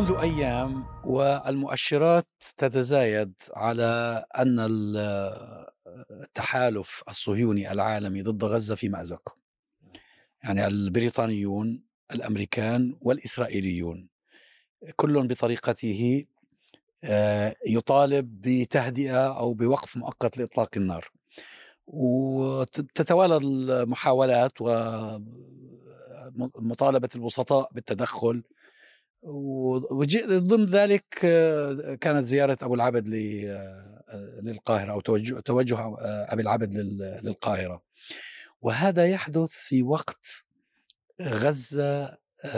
منذ أيام والمؤشرات تتزايد على أن التحالف الصهيوني العالمي ضد غزة في مأزق. يعني البريطانيون، الأمريكان والإسرائيليون كل بطريقته يطالب بتهدئة أو بوقف مؤقت لإطلاق النار، وتتوالى المحاولات ومطالبة الوسطاء بالتدخل. ضمن ذلك كانت زيارة أبو العبد للقاهرة، أو توجه أبي العبد للقاهرة، وهذا يحدث في وقت غزة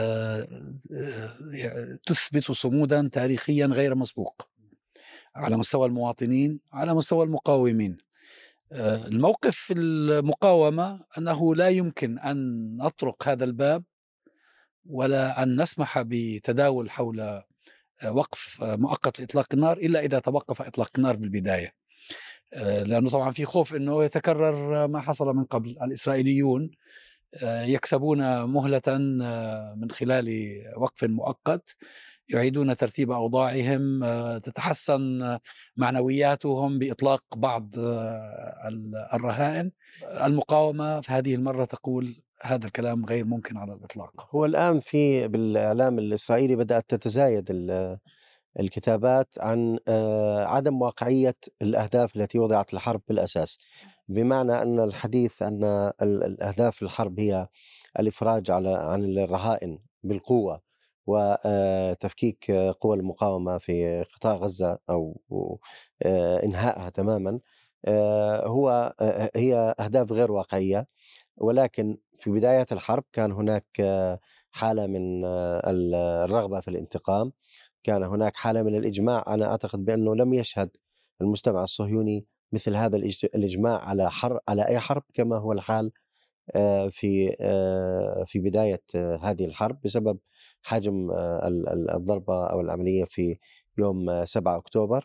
تثبت صمودا تاريخيا غير مسبوق على مستوى المواطنين، على مستوى المقاومين. الموقف المقاومة أنه لا يمكن أن نطرق هذا الباب ولا أن نسمح بتداول حول وقف مؤقت لإطلاق النار إلا إذا توقف إطلاق النار بالبداية، لأنه طبعا في خوف أنه يتكرر ما حصل من قبل. الإسرائيليون يكسبون مهلة من خلال وقف مؤقت، يعيدون ترتيب أوضاعهم، تتحسن معنوياتهم بإطلاق بعض الرهائن. المقاومة في هذه المرة تقول هذا الكلام غير ممكن على الإطلاق. هو الآن بالإعلام الإسرائيلي بدأت تتزايد الكتابات عن عدم واقعية الأهداف التي وضعت الحرب بالأساس، بمعنى أن الحديث أن الأهداف الحرب هي الإفراج عن الرهائن بالقوة وتفكيك قوى المقاومة في قطاع غزة أو إنهائها تماما، هي أهداف غير واقعية. ولكن في بداية الحرب كان هناك حالة من الرغبة في الانتقام، كان هناك حالة من الإجماع. أنا أعتقد بأنه لم يشهد المجتمع الصهيوني مثل هذا الإجماع على أي حرب كما هو الحال في بداية هذه الحرب، بسبب حجم الضربة أو العملية في يوم 7 أكتوبر.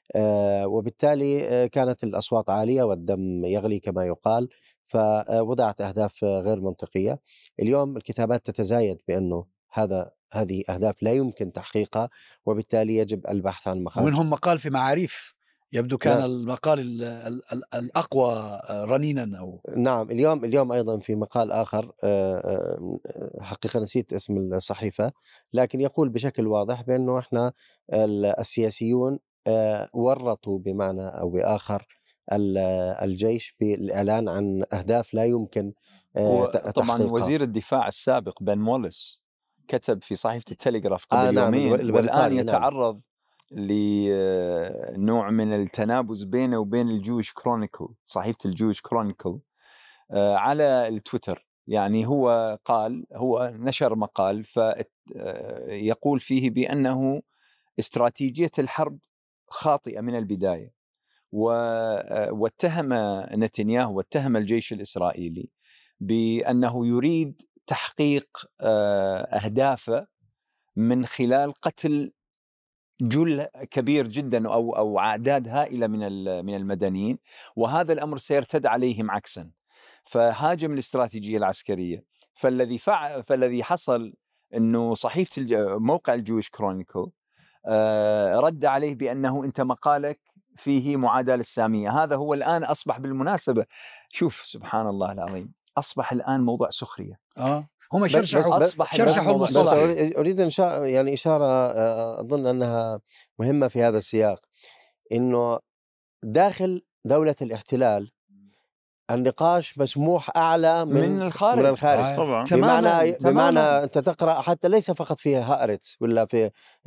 وبالتالي كانت الأصوات عالية والدم يغلي كما يقال، فوضعت أهداف غير منطقية. اليوم الكتابات تتزايد بأنه هذه أهداف لا يمكن تحقيقها، وبالتالي يجب البحث عن مخارج. ومنهم مقال في معاريف يبدو كان نعم. المقال الأقوى رنينا نعم، اليوم أيضا في مقال آخر، حقيقة نسيت اسم الصحيفة، لكن يقول بشكل واضح بأنه إحنا السياسيون ورطوا بمعنى أو بآخر الجيش بالإعلان عن أهداف لا يمكن طبعا تحقيقها. وزير الدفاع السابق بن وولس كتب في صحيفة التلغراف قبل نعم، يومين، والآن يتعرض نعم. لنوع من التنابز بينه وبين الجويش كرونيكل، صحيفة الجويش كرونيكل على التويتر. يعني هو نشر مقال فيقول فيه بأنه استراتيجية الحرب خاطئة من البداية، واتهم نتنياهو واتهم الجيش الإسرائيلي بأنه يريد تحقيق أهدافه من خلال قتل جل كبير جدا أو أعداد هائلة من المدنيين، وهذا الأمر سيرتد عليهم عكسا. فهاجم الاستراتيجية العسكرية. فالذي حصل أنه صحيفة موقع الجويش كرونيكل رد عليه بأنه أنت مقالك فيه معاداة للسامية. هذا هو الآن أصبح بالمناسبة، شوف سبحان الله العظيم، أصبح الآن موضوع سخرية. هم شرشحوا المصطلح. أريد إشارة أظن أنها مهمة في هذا السياق، إنه داخل دولة الاحتلال النقاش مسموح أعلى من الخارج. طبعا. بمعنى أنت تقرأ حتى ليس فقط في هآرتس ولا في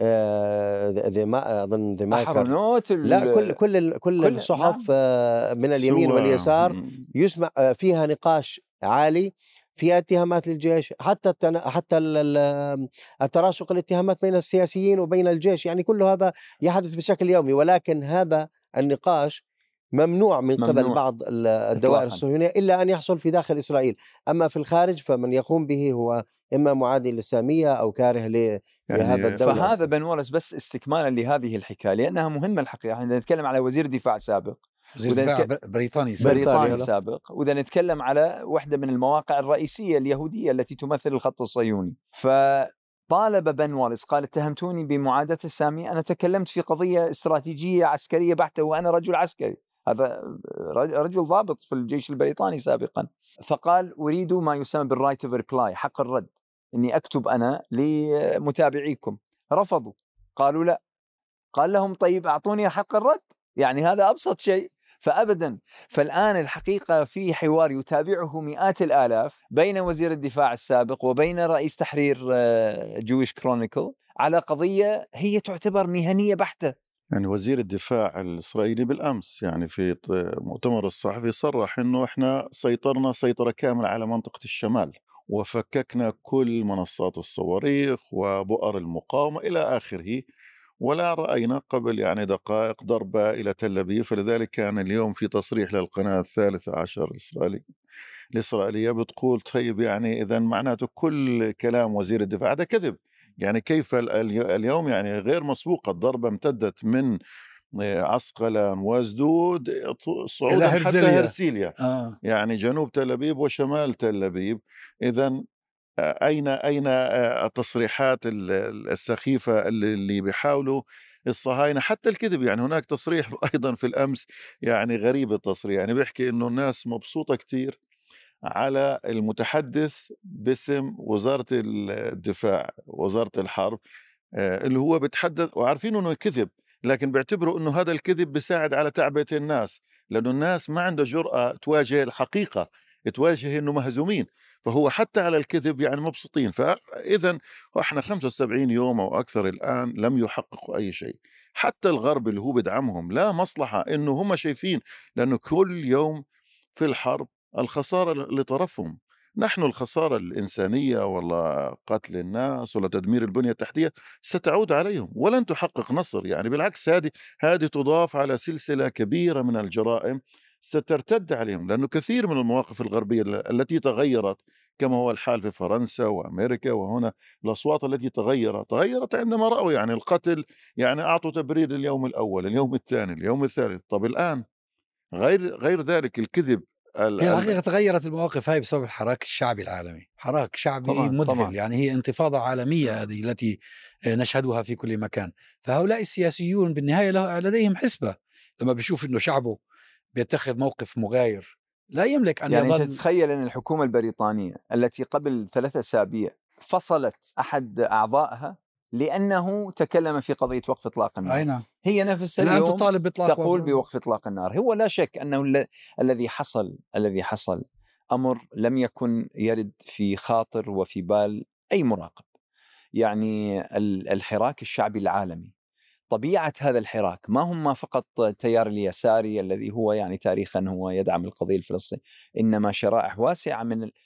أظن أحرنوت، لا، كل الصحف من اليمين واليسار يسمع فيها نقاش عالي في اتهامات للجيش، حتى التراشق الاتهامات بين السياسيين وبين الجيش، يعني كل هذا يحدث بشكل يومي. ولكن هذا النقاش ممنوع من قبل بعض الدوائر الصهيونية إلا أن يحصل في داخل إسرائيل. أما في الخارج فمن يقوم به هو إما معادي للسامية أو كاره لهذا الدولة. فهذا بن وولس بس استكمالا لهذه الحكاية لأنها مهمة الحقيقة. احنا نتكلم على وزير دفاع سابق، وزير دفاع بريطاني سابق، وإذا نتكلم على واحدة من المواقع الرئيسية اليهودية التي تمثل الخط الصهيوني. طالب بن واليس قال: اتهمتوني بمعاداة السامية، أنا تكلمت في قضية استراتيجية عسكرية بحتة وأنا رجل عسكري، هذا رجل ضابط في الجيش البريطاني سابقا. فقال: أريد ما يسمى بالرايت اوف ريبلاي، حق الرد، إني أكتب أنا لمتابعيكم. رفضوا، قالوا لا. قال لهم: طيب أعطوني حق الرد، يعني هذا أبسط شيء. فأبدا. فالآن الحقيقة في حوار يتابعه مئات الآلاف بين وزير الدفاع السابق وبين رئيس تحرير جويش كرونيكل على قضية هي تعتبر مهنية بحتة. يعني وزير الدفاع الإسرائيلي بالأمس يعني في مؤتمر الصحفي صرح إنه إحنا سيطرنا سيطرة كاملة على منطقة الشمال، وفككنا كل منصات الصواريخ وبؤر المقاومة إلى آخره، ولا رأينا قبل يعني دقائق ضربة إلى تل أبيب. فلذلك كان اليوم في تصريح للقناة 13 الإسرائيلية بتقول طيب يعني إذا معناته كل كلام وزير الدفاع هذا كذب. يعني كيف اليوم يعني غير مسبوقة، الضربة امتدت من عسقلان وزدود صعودا حتى هرسيليا، يعني جنوب تل أبيب وشمال تل أبيب. إذا أين التصريحات السخيفة اللي بيحاولوا الصهاينة حتى الكذب؟ يعني هناك تصريح أيضا في الأمس يعني غريب التصريح، يعني بيحكي إنه الناس مبسوطة كتير على المتحدث باسم وزارة الدفاع وزارة الحرب اللي هو بتحدث وعارفين انه كذب، لكن بيعتبروا انه هذا الكذب بيساعد على تعبئة الناس، لانه الناس ما عنده جرأة تواجه الحقيقة، تواجه انه مهزومين، فهو حتى على الكذب يعني مبسوطين. فاذا احنا 75 يوم او اكثر الان لم يحققوا اي شيء. حتى الغرب اللي هو بدعمهم لا مصلحة انه هم شايفين، لانه كل يوم في الحرب الخسارة لطرفهم. نحن الخسارة الإنسانية ولا قتل الناس ولا تدمير البنية التحتية ستعود عليهم ولن تحقق نصر. يعني بالعكس هذه تضاف على سلسلة كبيرة من الجرائم سترتد عليهم، لأنه كثير من المواقف الغربية التي تغيرت كما هو الحال في فرنسا وأمريكا وهنا، الأصوات التي تغيرت عندما رأوا يعني القتل، يعني أعطوا تبرير اليوم الأول، اليوم الثاني، اليوم الثالث. طب الآن غير ذلك الكذب. هي الحقيقة تغيرت المواقف هاي بسبب الحراك الشعبي العالمي، حراك شعبي طبعاً مذهل طبعاً. يعني هي انتفاضة عالمية هذه التي نشهدها في كل مكان. فهؤلاء السياسيون بالنهاية لديهم حسبة، لما بيشوف انه شعبه بيتخذ موقف مغاير لا يملك أن يعني يظل. أنت تتخيل أن الحكومة البريطانية التي قبل 3 أسابيع فصلت أحد أعضائها لأنه تكلم في قضية وقف إطلاق النار، نعم. هي نفس الآن اليوم تطالب بإطلاق تقول بوقف إطلاق النار. هو لا شك أنه الذي حصل أمر لم يكن يرد في خاطر وفي بال أي مراقب. يعني الحراك الشعبي العالمي، طبيعة هذا الحراك ما هم فقط التيار اليساري الذي هو يعني تاريخا هو يدعم القضية الفلسطينية، إنما شرائح واسعة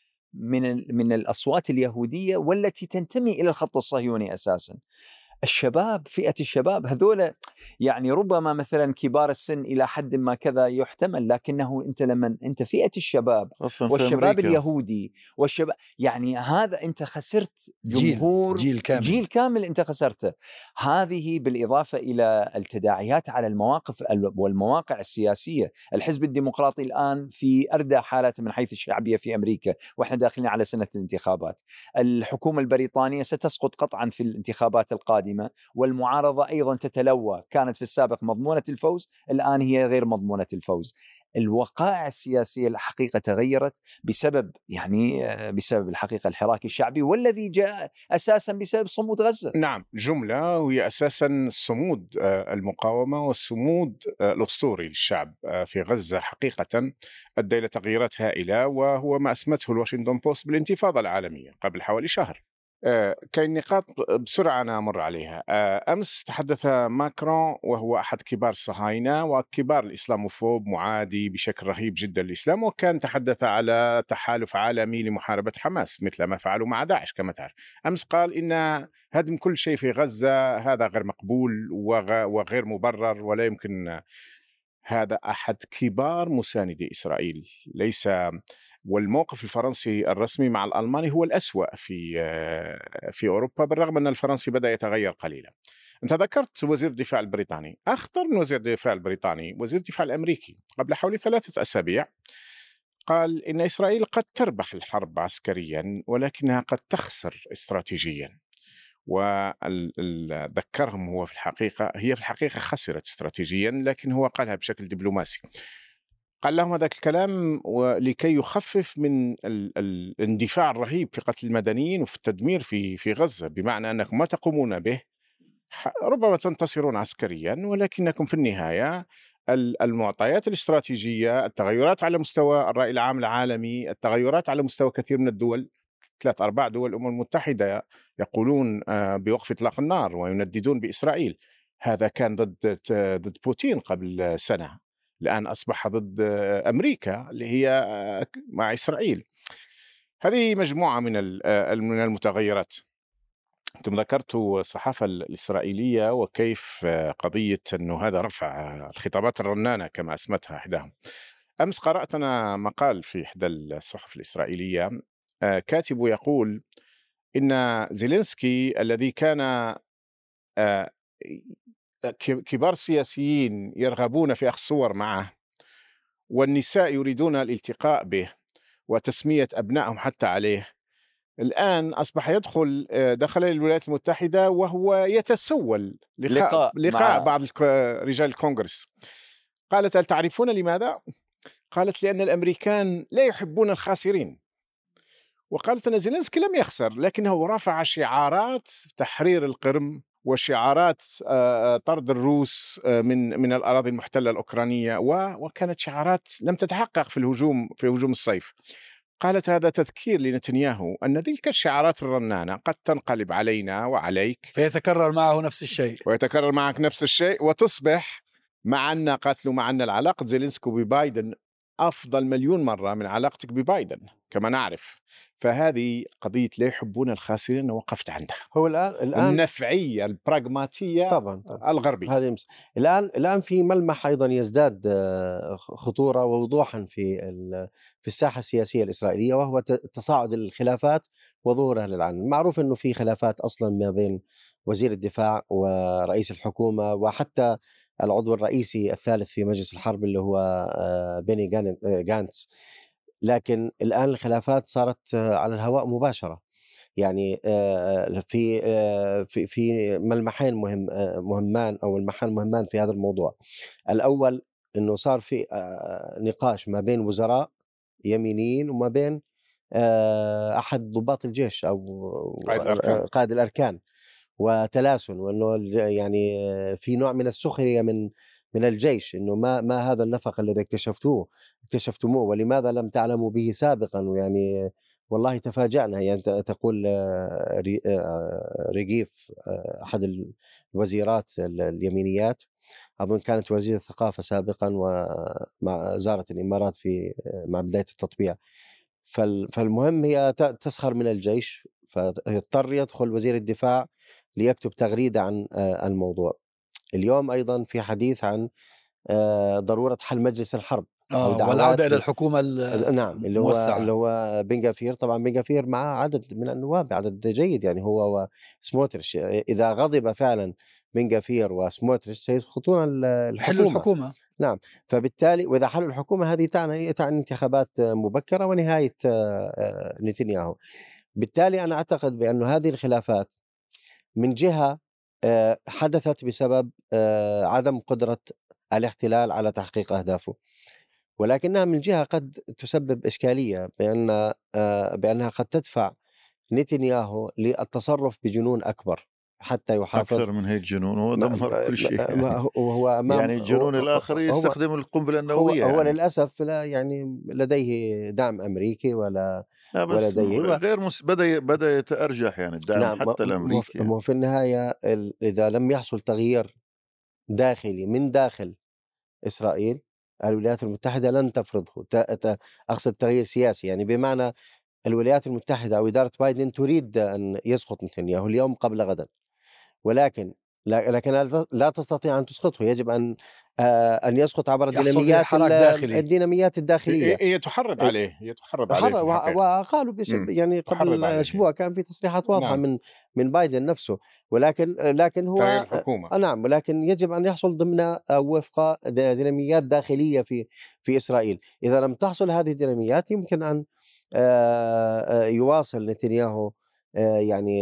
من الأصوات اليهودية والتي تنتمي إلى الخط الصهيوني أساسا. الشباب، فئة الشباب هذول، يعني ربما مثلا كبار السن إلى حد ما كذا يحتمل، لكنه أنت لما أنت فئة الشباب والشباب اليهودي والشباب، يعني هذا أنت خسرت جمهور، جيل كامل أنت خسرته. هذه بالإضافة إلى التداعيات على المواقف والمواقع السياسية. الحزب الديمقراطي الآن في أردى حالات من حيث الشعبية في أمريكا وإحنا داخلين على سنة الانتخابات. الحكومة البريطانية ستسقط قطعا في الانتخابات القادمة، والمعارضة أيضا تتلوى، كانت في السابق مضمونة الفوز، الآن هي غير مضمونة الفوز. الوقائع السياسية الحقيقة تغيرت بسبب بسبب الحقيقة الحراك الشعبي، والذي جاء أساسا بسبب صمود غزة. نعم، جملة وهي أساسا صمود المقاومة والصمود الأسطوري للشعب في غزة حقيقة أدى إلى تغييرات هائلة، وهو ما أسمته الواشنطن بوست بالانتفاضة العالمية قبل حوالي شهر. كاين نقاط بسرعة أنا أمر عليها. أمس تحدث ماكرون وهو أحد كبار الصهاينة وكبار الإسلاموفوب، معادي بشكل رهيب جدا للإسلام، وكان تحدث على تحالف عالمي لمحاربة حماس مثل ما فعلوا مع داعش كما تعرف. أمس قال إن هدم كل شيء في غزة هذا غير مقبول وغير مبرر ولا يمكن. هذا أحد كبار مساندي إسرائيل ليس. والموقف الفرنسي الرسمي مع الألماني هو الأسوأ في أوروبا، بالرغم أن الفرنسي بدأ يتغير قليلا. أنت ذكرت وزير الدفاع البريطاني، أخطر من وزير الدفاع البريطاني وزير الدفاع الأمريكي قبل حوالي 3 أسابيع قال إن إسرائيل قد تربح الحرب عسكريا ولكنها قد تخسر استراتيجيا. وذكرهم هو في الحقيقة، هي في الحقيقة خسرت استراتيجيا، لكن هو قالها بشكل دبلوماسي. قال لهم هذا الكلام ولكي يخفف من الاندفاع الرهيب في قتل المدنيين وفي التدمير في غزة، بمعنى أنكم ما تقومون به ربما تنتصرون عسكريا، ولكنكم في النهاية المعطيات الاستراتيجية، التغيرات على مستوى الرأي العام العالمي، التغيرات على مستوى كثير من الدول، 3-4 دول الأمم المتحدة يقولون بوقف إطلاق النار وينددون بإسرائيل. هذا كان ضد بوتين قبل سنة، الآن أصبح ضد أمريكا اللي هي مع إسرائيل. هذه مجموعة من المتغيرات. أنتم ذكرتوا الصحافة الإسرائيلية وكيف قضية أنه هذا رفع الخطابات الرنانة كما أسمتها إحداهم. أمس قرأت أنا مقال في إحدى الصحف الإسرائيلية، كاتب يقول إن زيلينسكي الذي كان كبار سياسيين يرغبون في أخذ صور معه، والنساء يريدون الالتقاء به وتسمية أبنائهم حتى عليه، الآن أصبح دخل الولايات المتحدة وهو يتسول لقاء بعض رجال الكونغرس. قالت: هل تعرفون لماذا؟ قالت: لأن الأمريكان لا يحبون الخاسرين. وقالت أن زيلينسكي لم يخسر، لكنه رفع شعارات تحرير القرم وشعارات طرد الروس من الأراضي المحتلة الأوكرانية، وكانت شعارات لم تتحقق في هجوم الصيف. قالت: هذا تذكير لنتنياهو أن تلك الشعارات الرنانة قد تنقلب علينا وعليك، فيتكرر معه نفس الشيء، ويتكرر معك نفس الشيء، وتصبح معنا قاتلوا معنا. العلاقة زيلينسكي ببايدن أفضل مليون مرة من علاقتك ببايدن كما نعرف. فهذه قضية لا يحبون الخاسرين وقفت عندها. هو الآن النفعية البراغماتية طبعا الغربية. هذه الآن في ملمح أيضا يزداد خطورة ووضوحا في الساحة السياسية الإسرائيلية، وهو تصاعد الخلافات وظهورها للعلن. معروف أنه في خلافات أصلا ما بين وزير الدفاع ورئيس الحكومة وحتى العضو الرئيسي الثالث في مجلس الحرب اللي هو بيني غانتس، لكن الآن الخلافات صارت على الهواء مباشرة. يعني في ملمحين مهمان أو ملمحان مهمان في هذا الموضوع. الأول أنه صار في نقاش ما بين وزراء يمينيين وما بين أحد ضباط الجيش أو قائد الأركان، وتلاسن، وأنه يعني في نوع من السخرية من الجيش، أنه ما هذا النفق الذي اكتشفتموه ولماذا لم تعلموا به سابقا، ويعني والله تفاجأنا. يعني تقول ريغيف أحد الوزيرات اليمينيات، أظن كانت وزيرة الثقافة سابقا ومع زارت الإمارات مع بداية التطبيع. فالمهم هي تسخر من الجيش، فاضطر يدخل وزير الدفاع ليكتب تغريدة عن الموضوع. اليوم أيضا في حديث عن ضرورة حل مجلس الحرب والعودة إلى الحكومة نعم، اللي هو بن غفير. طبعا بن غفير مع عدد من النواب، عدد جيد، يعني هو وسموتريش. إذا غضب فعلا بن غفير وسموتريش سيسقطون الحكومة. نعم، فبالتالي وإذا حلوا الحكومة هذه تعني انتخابات مبكرة ونهاية نتنياهو. بالتالي أنا أعتقد بأن هذه الخلافات من جهة حدثت بسبب عدم قدرة الاحتلال على تحقيق أهدافه، ولكنها من جهة قد تسبب إشكالية بأنها قد تدفع نتنياهو للتصرف بجنون أكبر حتى يحافظ. أكثر من هيك جنون، هو دمر كل شيء. يعني الجنون الآخر يستخدم القنبلة النووية. هو يعني للأسف لا يعني لديه دعم أمريكي ولا ولديه بدأ يتأرجح يعني الدعم. نعم، حتى الأمريكي. في النهاية إذا لم يحصل تغيير داخلي من داخل إسرائيل، الولايات المتحدة لن تفرضه. أقصد تغيير سياسي، يعني بمعنى الولايات المتحدة أو إدارة بايدن تريد أن يسقط نتنياهو اليوم قبل غدا، ولكن لا تستطيع أن تسقطه. يجب أن يسقط عبر الديناميات الداخلية. هي تحرض عليه. وقالوا يعني قبل أسبوع كان في تصريحات واضحة من بايدن نفسه، ولكن هو تغيير الحكومة. نعم، ولكن يجب أن يحصل ضمن وفق ديناميات داخلية في إسرائيل. إذا لم تحصل هذه الديناميات يمكن أن يواصل نتنياهو يعني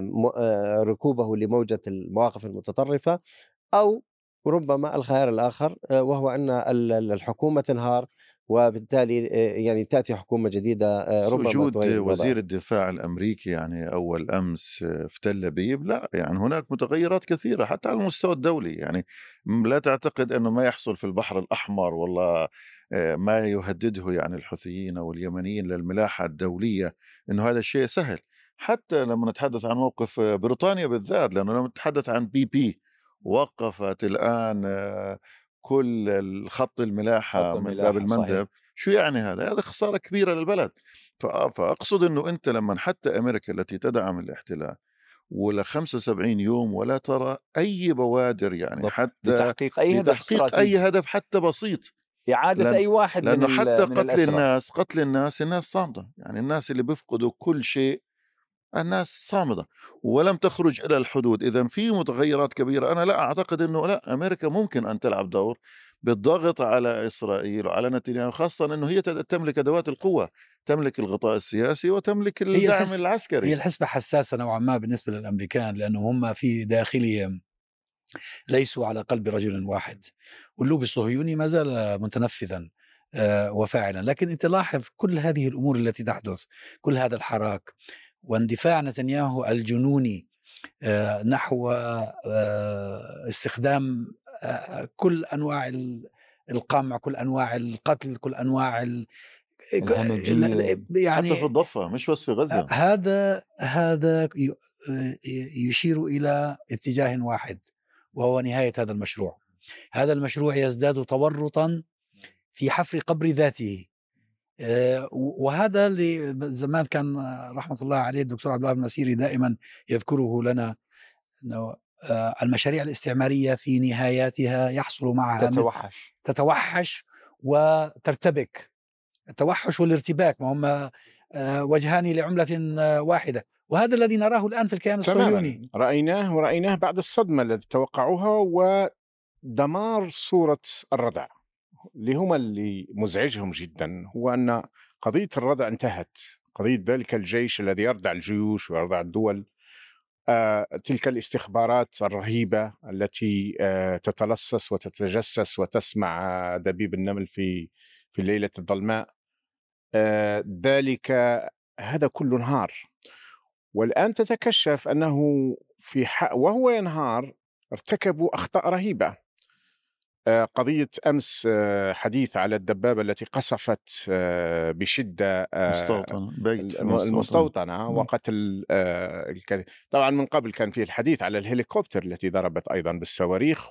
ركوبه لموجة المواقف المتطرفة، أو ربما الخيار الآخر وهو أن الحكومة تنهار، وبالتالي يعني تأتي حكومة جديدة بس ربما وجود تغير الوضع. وزير الدفاع الأمريكي يعني أول أمس في تل أبيب، لا يعني هناك متغيرات كثيرة حتى على المستوى الدولي. يعني لا تعتقد أنه ما يحصل في البحر الأحمر والله ما يهدده يعني الحوثيين أو اليمنيين للملاحة الدولية، أنه هذا الشيء سهل. حتى لما نتحدث عن موقف بريطانيا بالذات، لأنه لما نتحدث عن بي وقفت الآن كل خط الملاحة خط من الملاحة، باب المندب، صحيح. شو يعني هذا خسارة كبيرة للبلد. فأقصد أنه أنت لما حتى أمريكا التي تدعم الاحتلال ولا 75 يوم ولا ترى أي بوادر يعني بالضبط. حتى لتحقيق أي هدف لتحقيق أي استراتيجي، هدف حتى بسيط. إعادة أي واحد لأنه حتى من الأسرى. قتل الناس صامدة، يعني الناس اللي بيفقدوا كل شيء الناس صامدة ولم تخرج إلى الحدود. إذا في متغيرات كبيرة. أنا لا أعتقد أنه لا، أمريكا ممكن أن تلعب دور بالضغط على إسرائيل وعلى نتنياهو، خاصة أنه هي تملك أدوات القوة، تملك الغطاء السياسي وتملك الدعم هي العسكري. الحسبة حساسة نوعا ما بالنسبة للأمريكان، لأنه هم في داخلهم ليسوا على قلب رجل واحد، واللوبي الصهيوني ما زال متنفذا وفاعلا. لكن انت لاحظ كل هذه الأمور التي تحدث، كل هذا الحراك واندفاع نتنياهو الجنوني نحو استخدام كل أنواع القمع، كل أنواع القتل، كل أنواع الهمجية. يعني حتى في الضفة مش بس في غزة. هذا يشير إلى اتجاه واحد، وهو نهاية هذا المشروع. هذا المشروع يزداد تورطا في حفر قبر ذاته. وهذا اللي زمان كان رحمة الله عليه الدكتور عبد الوهاب النصيري دائما يذكره لنا، أنه المشاريع الاستعمارية في نهاياتها يحصل معها تتوحش وترتبك. التوحش والارتباك ما هم وجهان لعملة واحدة، وهذا الذي نراه الآن في الكيان الصهيوني. رأيناه بعد الصدمة التي توقعوها ودمار صورة الردع، اللي مزعجهم جدا هو أن قضية الردع انتهت. قضية ذلك الجيش الذي يردع الجيوش ويردع الدول، تلك الاستخبارات الرهيبة التي تتلصص وتتجسس وتسمع دبيب النمل في الليلة الظلماء، ذلك هذا كله انهار. والآن تتكشف أنه وهو ينهار ارتكبوا أخطاء رهيبة. قضية أمس حديث على الدبابة التي قصفت بشدة المستوطنة وقتل طبعا من قبل كان فيه الحديث على الهليكوبتر التي ضربت أيضا بالصواريخ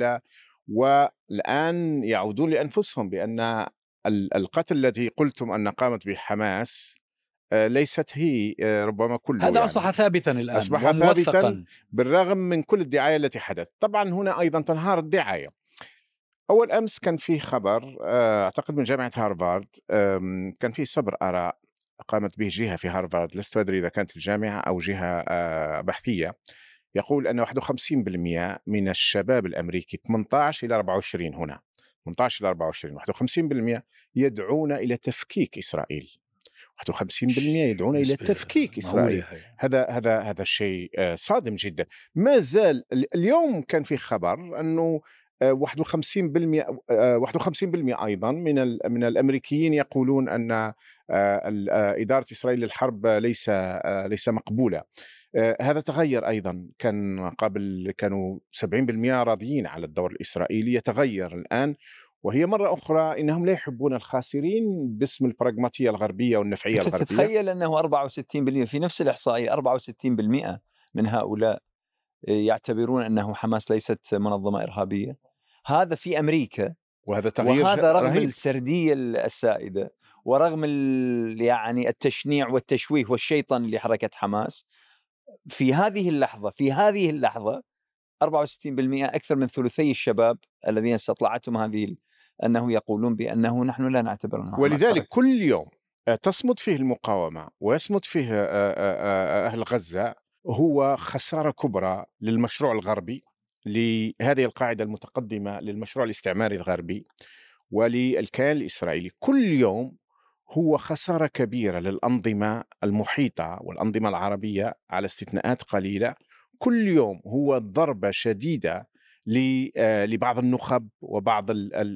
والآن يعودون لأنفسهم بأن القتل الذي قلتم أن قامت به حماس ليست هي ربما كله. هذا أصبح ثابتا الآن، أصبح ثابتا بالرغم من كل الدعاية التي حدث. طبعا هنا أيضا تنهار الدعاية. أول أمس كان في خبر أعتقد من جامعة هارفارد، كان في صبر آراء قامت به جهة في هارفارد، لست أدري إذا كانت الجامعة أو جهة بحثية، يقول أن 51% من الشباب الأمريكي 18 إلى 24 هنا 18 إلى 24 51% يدعون إلى تفكيك إسرائيل. 51% يدعون إلى تفكيك إسرائيل. هذا الشيء صادم جدا. ما زال اليوم كان في خبر أنه 51% أيضا من الأمريكيين يقولون أن إدارة إسرائيل للحرب ليس مقبولة. هذا تغير أيضا. كان قبل كانوا 70% راضيين على الدور الإسرائيلي، يتغير الآن، وهي مرة أخرى إنهم لا يحبون الخاسرين باسم البراغماتية الغربية والنفعية الغربية. تتخيل أنه 64% في نفس الإحصائية 64% من هؤلاء يعتبرون أنه حماس ليست منظمة إرهابية. هذا في أمريكا، وهذا تغيير وهذا رغم رهيب. السردية السائدة ورغم يعني التشنيع والتشويه والشيطان لحركة حماس. في هذه اللحظة 64% أكثر من ثلثي الشباب الذين استطلعتهم هذه أنه يقولون بأنه نحن لا نعتبرنا. ولذلك كل يوم تصمد فيه المقاومة ويصمد فيه أهل غزة هو خسارة كبرى للمشروع الغربي، لهذه القاعدة المتقدمة للمشروع الاستعماري الغربي وللكيان الإسرائيلي. كل يوم هو خسارة كبيرة للأنظمة المحيطة والأنظمة العربية على استثناءات قليلة. كل يوم هو ضربة شديدة لبعض النخب وبعض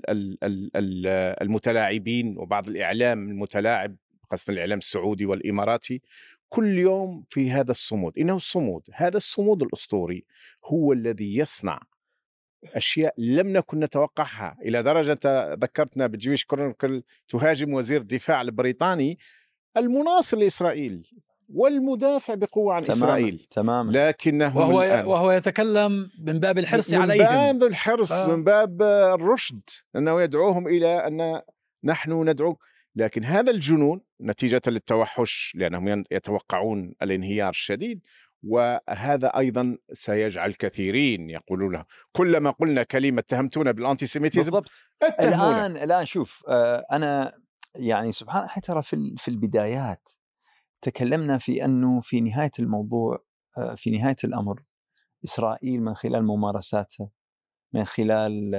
المتلاعبين وبعض الإعلام المتلاعب، خاصة الإعلام السعودي والإماراتي. كل يوم في هذا الصمود، إنه الصمود، هذا الصمود الأسطوري هو الذي يصنع أشياء لم نكن نتوقعها، إلى درجة ذكرتنا بجويش كرونيكل تهاجم وزير الدفاع البريطاني المناصر لإسرائيل والمدافع بقوة عن إسرائيل تماما. لكنه وهو يتكلم من باب الحرص عليهم، من باب الحرص، من باب الرشد، أنه يدعوهم إلى أن نحن ندعو. لكن هذا الجنون نتيجة للتوحش، لأنهم يتوقعون الانهيار الشديد، وهذا أيضا سيجعل كثيرين يقولون كلما قلنا كلمة اتهمتونا بالأنتيسيميتيزم بالضبط. الآن شوف، أنا يعني سبحان الله، ترى في البدايات تكلمنا في أنه في نهاية الموضوع، في نهاية الأمر، إسرائيل من خلال ممارساتها، من خلال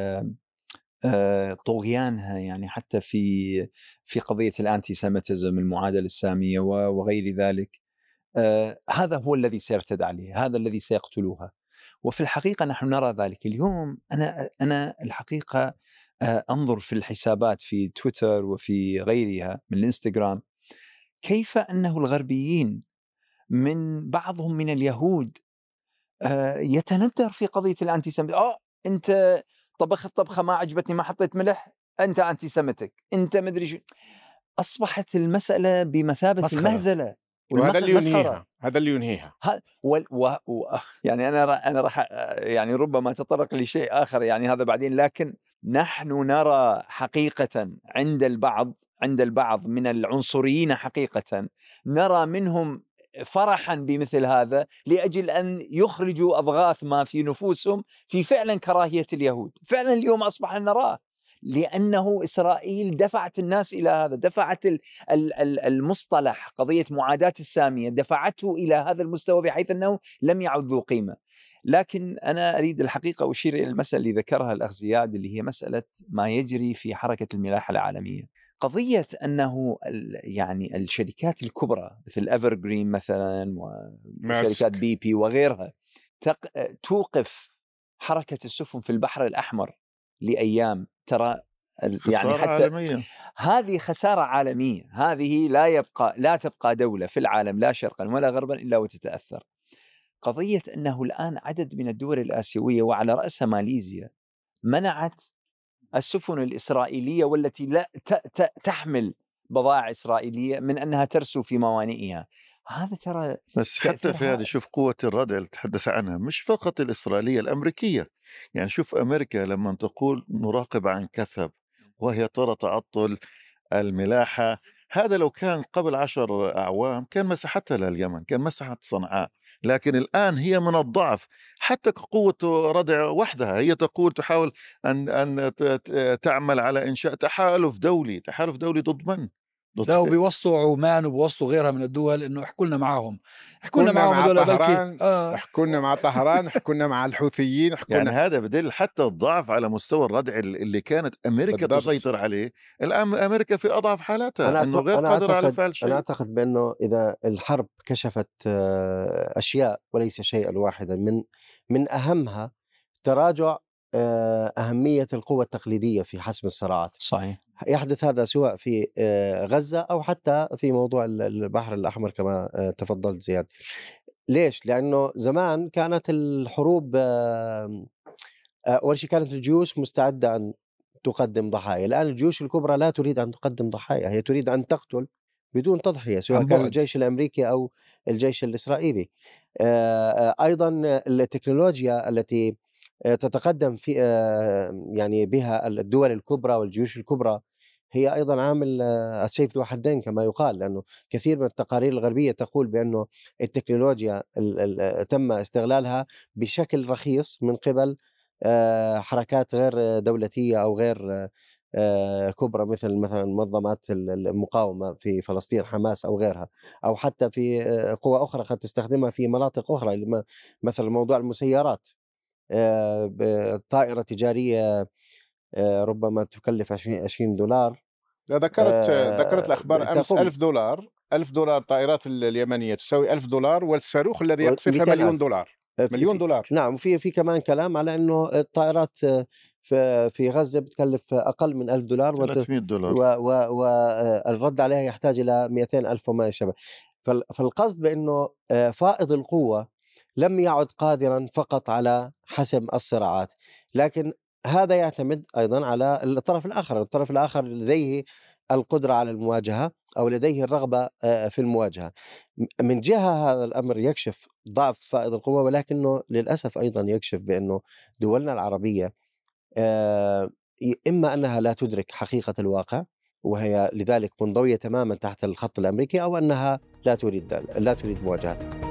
طغيانها، يعني حتى في قضية الأنتي سيميتيزم، المعادلة السامية وغير ذلك، هذا هو الذي سيرتد عليه، هذا الذي سيقتلوها. وفي الحقيقة نحن نرى ذلك اليوم. أنا الحقيقة أنظر في الحسابات في تويتر وفي غيرها من الإنستغرام، كيف أنه الغربيين من بعضهم من اليهود يتندر في قضية الأنتي سيميتيزم. أنت طبخت طبخة ما عجبتني، ما حطيت ملح، أنت أنتي سيميتك، أنت مدري شو. أصبحت المسألة بمثابة المهزلة، وهذا اللي ينهيها، هذا اللي ينهيها. يعني أنا راح يعني ربما تطرق لشيء آخر، يعني هذا بعدين. لكن نحن نرى حقيقة عند البعض من العنصريين، حقيقة نرى منهم فرحا بمثل هذا لأجل أن يخرجوا أضغاث ما في نفوسهم في فعلا كراهية اليهود. فعلا اليوم أصبح نراه، لأنه إسرائيل دفعت الناس إلى هذا، دفعت المصطلح قضية معاداة السامية، دفعته إلى هذا المستوى بحيث أنه لم يعد ذو قيمة. لكن أنا أريد الحقيقة أشير إلى المسألة اللي ذكرها الأخ زياد، اللي هي مسألة ما يجري في حركة الملاحة العالمية. قضية أنه يعني الشركات الكبرى مثل إيفرغرين مثلا وشركات بي بي وغيرها توقف حركة السفن في البحر الأحمر لأيام. ترى يعني حتى عالمية. هذه خسارة عالمية. هذه لا تبقى دولة في العالم لا شرقا ولا غربا إلا وتتأثر. قضية أنه الآن عدد من الدول الآسيوية وعلى رأسها ماليزيا منعت السفن الإسرائيلية والتي لا تحمل بضائع إسرائيلية من أنها ترسو في موانئها. هذا ترى بس حتى في هذه شوف قوة الردع اللي تحدث عنها، مش فقط الإسرائيلية، الأمريكية. يعني شوف أمريكا لما تقول نراقب عن كثب وهي ترى تعطل الملاحة، هذا لو كان قبل 10 أعوام كان مسحتها لليمن، كان مسحت صنعاء. لكن الآن هي من الضعف، حتى قوة ردع وحدها هي تحاول أن تعمل على إنشاء تحالف دولي ضد من؟ لا، وبيوسطوا عمان وبيوسطوا غيرها من الدول انه احكوا لنا معاهم، احكوا لنا مع طهران، احكوا لنا مع طهران، احكوا لنا مع الحوثيين، يعني هذا بدل حتى الضعف على مستوى الردع اللي كانت امريكا تسيطر عليه. الان امريكا في اضعف حالاتها، انه غير قادره على فعل شيء. انا اعتقد بانه اذا الحرب كشفت اشياء وليس شيئا واحدا، من اهمها تراجع أهمية القوة التقليدية في حسم الصراعات. صحيح. يحدث هذا سواء في غزة أو حتى في موضوع البحر الأحمر كما تفضلت زياد. ليش؟ لأنه زمان كانت الحروب أول شيء كانت الجيوش مستعدة أن تقدم ضحايا. الآن الجيوش الكبرى لا تريد أن تقدم ضحايا، هي تريد أن تقتل بدون تضحية، سواء كان الجيش الأمريكي أو الجيش الإسرائيلي. أيضا التكنولوجيا التي تتقدم في يعني بها الدول الكبرى والجيوش الكبرى هي أيضا عامل السيف ذو حدين كما يقال، لأنه كثير من التقارير الغربية تقول بأنه التكنولوجيا تم استغلالها بشكل رخيص من قبل حركات غير دولتية أو غير كبرى، مثلا منظمات المقاومة في فلسطين، حماس أو غيرها، أو حتى في قوى أخرى قد تستخدمها في مناطق أخرى، مثل موضوع المسيرات. طائرة تجارية ربما تكلف $20 ذكرت الأخبار أمس تقوم $1000 طائرات اليمنية تساوي $1000، والصاروخ الذي يقصفها $1,000,000. $1,000,000 دولار. نعم، وفي كمان كلام على انه الطائرات في غزه بتكلف اقل من $1000 $300 والرد عليها يحتاج الى 200,000 وما شابه. فالقصد بانه فائض القوه لم يعد قادرا فقط على حسم الصراعات، لكن هذا يعتمد ايضا على الطرف الاخر لديه القدره على المواجهه او لديه الرغبه في المواجهه. من جهه هذا الامر يكشف ضعف فائض القوه، ولكنه للاسف ايضا يكشف بانه دولنا العربيه اما انها لا تدرك حقيقه الواقع وهي لذلك منضويه تماما تحت الخط الامريكي، او انها لا تريد مواجهته.